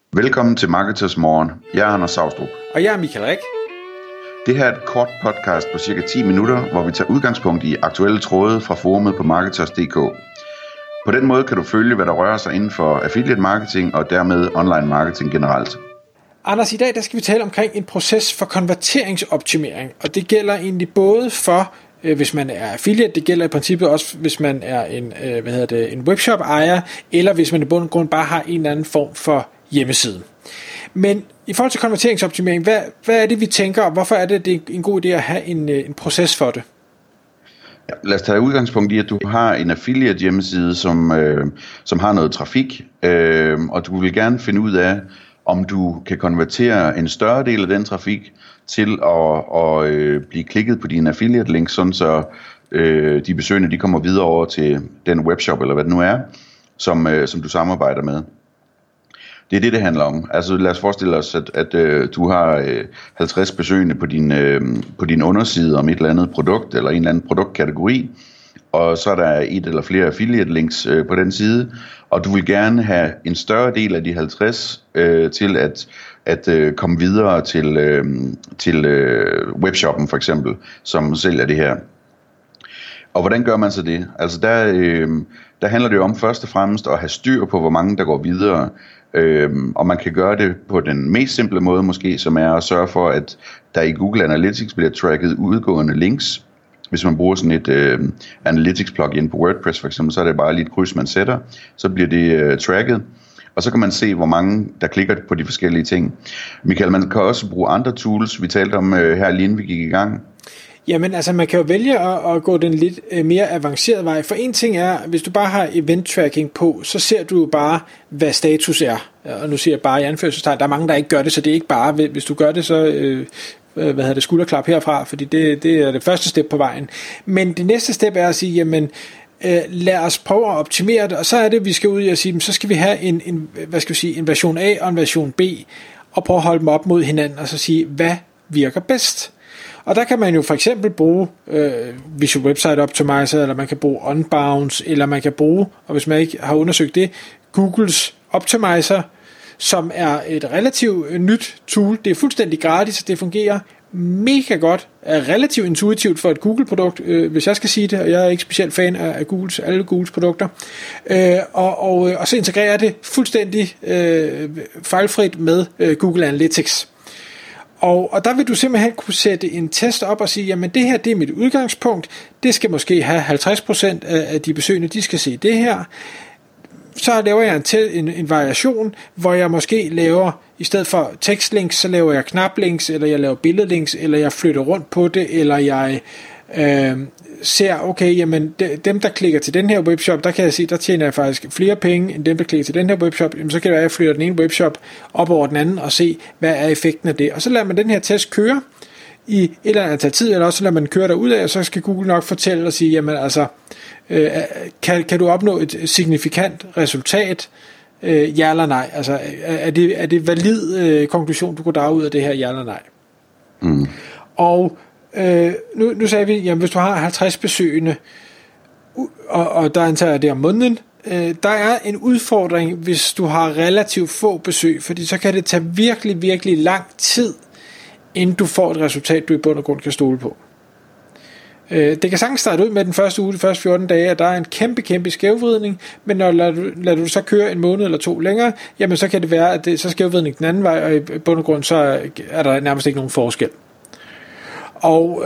Velkommen til Marketers Morgen. Jeg er Anders Saustrup. Og jeg er Michael Rik. Det her er et kort podcast på cirka 10 minutter, hvor vi tager udgangspunkt i aktuelle tråde fra forumet på Marketers.dk. På den måde kan du følge, hvad der rører sig inden for affiliate marketing og dermed online marketing generelt. Anders, i dag der skal vi tale omkring en proces for konverteringsoptimering, og det gælder egentlig både for hvis man er affiliate, det gælder i princippet også, hvis man er en webshop-ejer, eller hvis man i bund og grund bare har en eller anden form for hjemmeside. Men i forhold til konverteringsoptimering, hvad er det, vi tænker, og hvorfor er det en god idé at have en proces for det? Ja, lad os tage udgangspunkt i, at du har en affiliate hjemmeside, som har noget trafik, og du vil gerne finde ud af, om du kan konvertere en større del af den trafik til at blive klikket på dine affiliate links, sådan så de besøgende de kommer videre over til den webshop, eller hvad det nu er, som du samarbejder med. Det er det handler om. Altså lad os forestille os, at du har 50 besøgende på din underside om et eller andet produkt, eller en eller anden produktkategori, og så er der et eller flere affiliate links på den side, og du vil gerne have en større del af de 50 til at komme videre til webshoppen for eksempel, som sælger det her. Og hvordan gør man så det? Altså der handler det jo om først og fremmest at have styr på, hvor mange der går videre, og man kan gøre det på den mest simple måde måske, som er at sørge for, at der i Google Analytics bliver tracket udgående links. Hvis man bruger sådan et Analytics plugin på WordPress for eksempel, så er det bare lige et kryds, man sætter, så bliver det tracket, og så kan man se, hvor mange der klikker på de forskellige ting. Michael, man kan også bruge andre tools, vi talte om her lige inden vi gik i gang. Jamen altså man kan jo vælge at gå den lidt mere avancerede vej. For en ting er, hvis du bare har event tracking på, så ser du jo bare, hvad status er. Og nu siger jeg bare i anførselstegn, der er mange, der ikke gør det, så det er ikke bare, hvis du gør det, så skulderklap herfra, fordi det er det første step på vejen. Men det næste step er at sige, jamen lad os prøve at optimere det, og så er det, vi skal ud i at sige, så skal vi have en version A og en version B, og prøve at holde dem op mod hinanden, og så sige, hvad virker bedst. Og der kan man jo for eksempel bruge Visual Website Optimizer, eller man kan bruge Unbounce, eller man kan bruge, og hvis man ikke har undersøgt det, Googles Optimizer, som er et relativt nyt tool. Det er fuldstændig gratis, og det fungerer mega godt, er relativt intuitivt for et Google-produkt, hvis jeg skal sige det, og jeg er ikke specielt fan af alle Googles produkter. Og så integrerer det fuldstændig fejlfrit med Google Analytics. Og der vil du simpelthen kunne sætte en test op og sige, jamen det her, det er mit udgangspunkt, det skal måske have 50% af de besøgende, de skal se det her. Så laver jeg en variation, hvor jeg måske laver, i stedet for tekstlinks, så laver jeg knaplinks, eller jeg laver billedlinks, eller jeg flytter rundt på det, eller jeg ser, okay, jamen dem der klikker til den her webshop, der kan jeg se, der tjener jeg faktisk flere penge, end dem der klikker til den her webshop, jamen så kan det være, at jeg flytter den ene webshop op over den anden, og se, hvad er effekten af det. Og så lader man den her test køre i et eller andet antal tid, eller også lader man køre derud af, og så skal Google nok fortælle og sige, jamen altså, kan du opnå et signifikant resultat, ja eller nej? Altså, er det valid konklusion, du kunne drage ud af det her, ja eller nej? Mm. Og nu sagde vi, jamen hvis du har 50 besøgende, og der antager det om måneden, der er en udfordring, hvis du har relativt få besøg, fordi så kan det tage virkelig, virkelig lang tid, inden du får et resultat, du i bund og grund kan stole på. Det kan sagtens starte ud med den første uge, de første 14 dage, at der er en kæmpe skævvridning, men når lader du så køre en måned eller to længere, jamen så kan det være, at så skævvridning den anden vej, og i bund og grund, så er der nærmest ikke nogen forskel. Og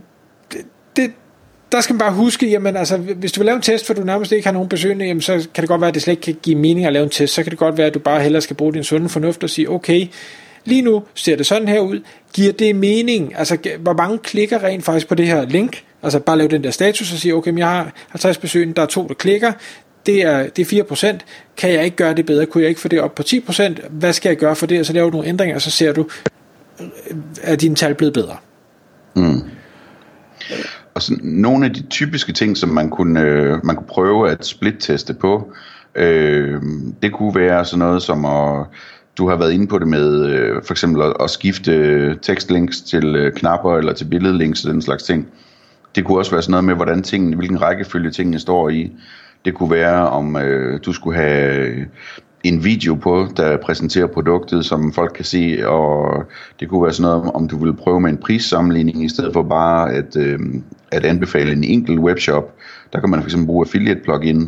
der skal man bare huske, jamen altså, hvis du vil lave en test, for du nærmest ikke har nogen besøgende, jamen, så kan det godt være, at det slet ikke kan give mening at lave en test. Så kan det godt være, at du bare hellere skal bruge din sunde fornuft og sige, okay, lige nu ser det sådan her ud. Giver det mening? Altså, hvor mange klikker rent faktisk på det her link? Altså, bare lave den der status og sige, okay, men jeg har 50 besøgende, der er 2, der klikker. Det er 4%. Kan jeg ikke gøre det bedre? Kunne jeg ikke få det op på 10%? Hvad skal jeg gøre for det? Og så laver du nogle ændringer, og så ser du, at dine tal blevet bedre. Mm. Og så nogle af de typiske ting, som man kunne prøve at split-teste på, det kunne være sådan noget som du har været inde på det med for eksempel at skifte tekstlinks til knapper eller til billedlinks og den slags ting. Det kunne også være sådan noget med, hvilken rækkefølge tingene står i. Det kunne være, om du skulle have en video på, der præsenterer produktet, som folk kan se, og det kunne være sådan noget, om du vil prøve med en prissammenligning, i stedet for bare at anbefale en enkelt webshop. Der kan man for eksempel bruge affiliate plugin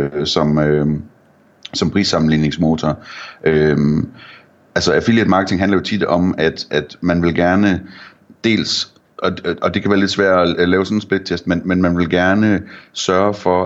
som prissammenligningsmotor. Altså affiliate marketing handler jo tit om, at man vil gerne dels, og det kan være lidt svært at lave sådan en split-test, men man vil gerne sørge for,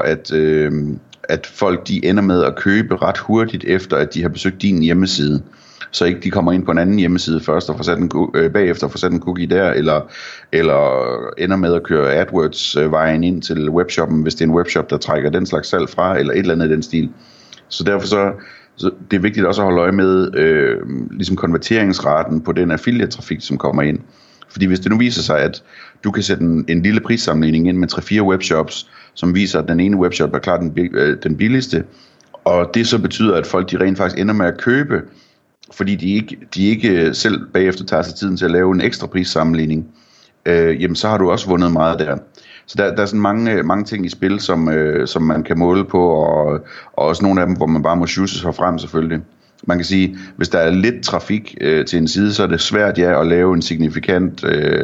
at folk de ender med at købe ret hurtigt efter, at de har besøgt din hjemmeside. Så ikke de kommer ind på en anden hjemmeside først og får sat bagefter får sat en cookie der, eller ender med at køre AdWords-vejen ind til webshoppen, hvis det er en webshop, der trækker den slags salg fra, eller et eller andet i den stil. Så derfor så det er vigtigt også at holde øje med ligesom konverteringsraten på den affiliate-trafik, som kommer ind. Fordi hvis det nu viser sig, at du kan sætte en lille prissammenligning ind med 3-4 webshops, som viser, at den ene webshop er klart den billigste, og det så betyder, at folk de rent faktisk ender med at købe, fordi de ikke selv bagefter tager sig tiden til at lave en ekstra prissammenligning, jamen så har du også vundet meget der. Så der er sådan mange ting i spil, som man kan måle på, og også nogle af dem, hvor man bare må shoose sig frem selvfølgelig. Man kan sige, hvis der er lidt trafik til en side, så er det svært at lave et signifikant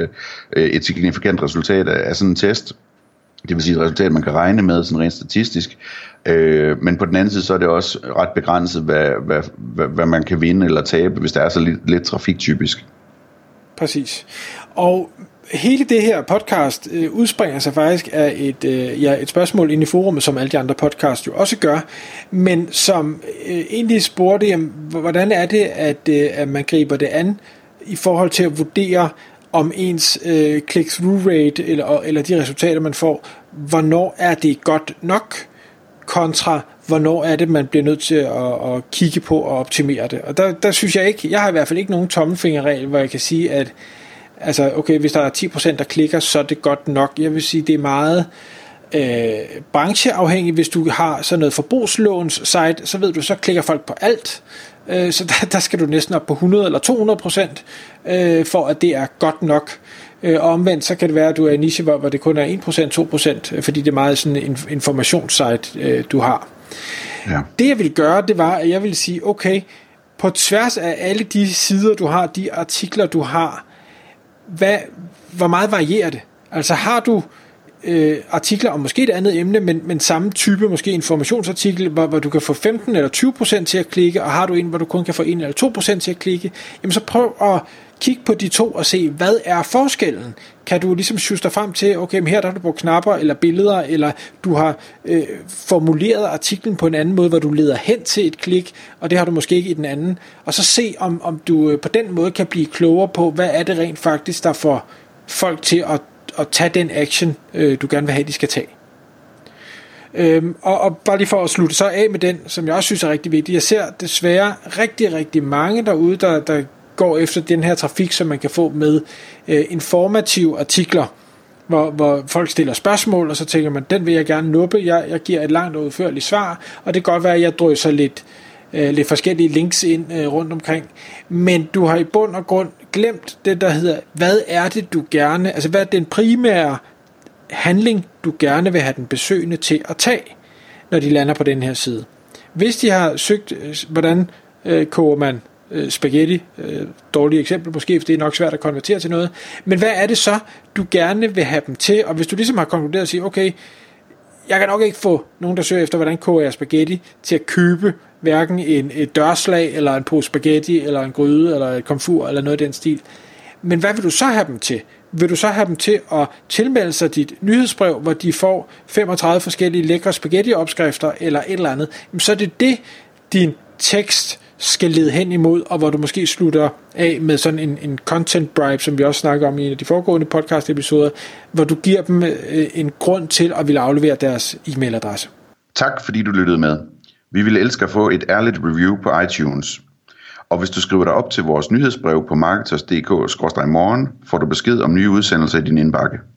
resultat af sådan en test. Det vil sige et resultat, man kan regne med sådan rent statistisk. Men på den anden side, så er det også ret begrænset, hvad man kan vinde eller tabe, hvis der er så lidt trafik typisk. Præcis. Og hele det her podcast udspringer sig faktisk af et spørgsmål inde i forumet, som alle de andre podcasts jo også gør, men som egentlig spurgte, jamen, hvordan er det, at man griber det an i forhold til at vurdere, om ens click-through rate eller de resultater, man får, hvornår er det godt nok, kontra hvornår er det, man bliver nødt til at kigge på og optimere det. Og der synes jeg ikke, jeg har i hvert fald ikke nogen tommelfingerregel, hvor jeg kan sige, at altså, okay, hvis der er 10%, der klikker, så er det godt nok. Jeg vil sige, det er meget brancheafhængigt. Hvis du har sådan noget forbrugslåns site, så ved du, så klikker folk på alt. Så der skal du næsten op på 100 eller 200%, for at det er godt nok. Og omvendt, så kan det være, at du er i niche, hvor det kun er 1%, 2%, fordi det er meget sådan en informationssite, du har. Ja. Det jeg ville gøre, det var, at jeg ville sige, okay, på tværs af alle de sider, du har, de artikler, du har, hvor meget varierer det? Altså har du artikler om måske et andet emne, men samme type, måske informationsartikel, hvor du kan få 15 eller 20% til at klikke, og har du en, hvor du kun kan få 1 eller 2% til at klikke, jamen så prøv at kigge på de to og se, hvad er forskellen? Kan du ligesom sjuste dig frem til, okay, men her der har du brugt knapper eller billeder, eller du har formuleret artiklen på en anden måde, hvor du leder hen til et klik, og det har du måske ikke i den anden, og så se, om du på den måde kan blive klogere på, hvad er det rent faktisk, der får folk til at tage den action, du gerne vil have, de skal tage. Og bare lige for at slutte så af med den, som jeg også synes er rigtig vigtig. Jeg ser desværre rigtig, rigtig mange derude, der går efter den her trafik, som man kan få med informative artikler, hvor folk stiller spørgsmål, og så tænker man, den vil jeg gerne nuppe, jeg giver et langt og udførligt svar, og det kan godt være, at jeg drøser lidt forskellige links ind rundt omkring, men du har i bund og grund glemt det, der hedder, hvad er det, du gerne, altså hvad er den primære handling, du gerne vil have den besøgende til at tage, når de lander på den her side. Hvis de har søgt, hvordan koger man spaghetti, dårligt eksempel måske, for det er nok svært at konvertere til noget, men hvad er det så, du gerne vil have dem til, og hvis du ligesom har konkluderet og siger, okay, jeg kan nok ikke få nogen, der søger efter, hvordan koger jeg spaghetti, til at købe hverken et dørslag, eller en pose spaghetti, eller en gryde, eller et komfur, eller noget af den stil. Men hvad vil du så have dem til? Vil du så have dem til at tilmelde sig dit nyhedsbrev, hvor de får 35 forskellige lækre spaghetti-opskrifter, eller et eller andet? Så er det, din tekst skal lede hen imod, og hvor du måske slutter af med sådan en content bribe, som vi også snakker om i en af de foregående podcast-episoder, hvor du giver dem en grund til at ville aflevere deres e-mailadresse. Tak fordi du lyttede med. Vi ville elske at få et ærligt review på iTunes. Og hvis du skriver dig op til vores nyhedsbrev på marketers.dk/morgen, får du besked om nye udsendelser i din indbakke.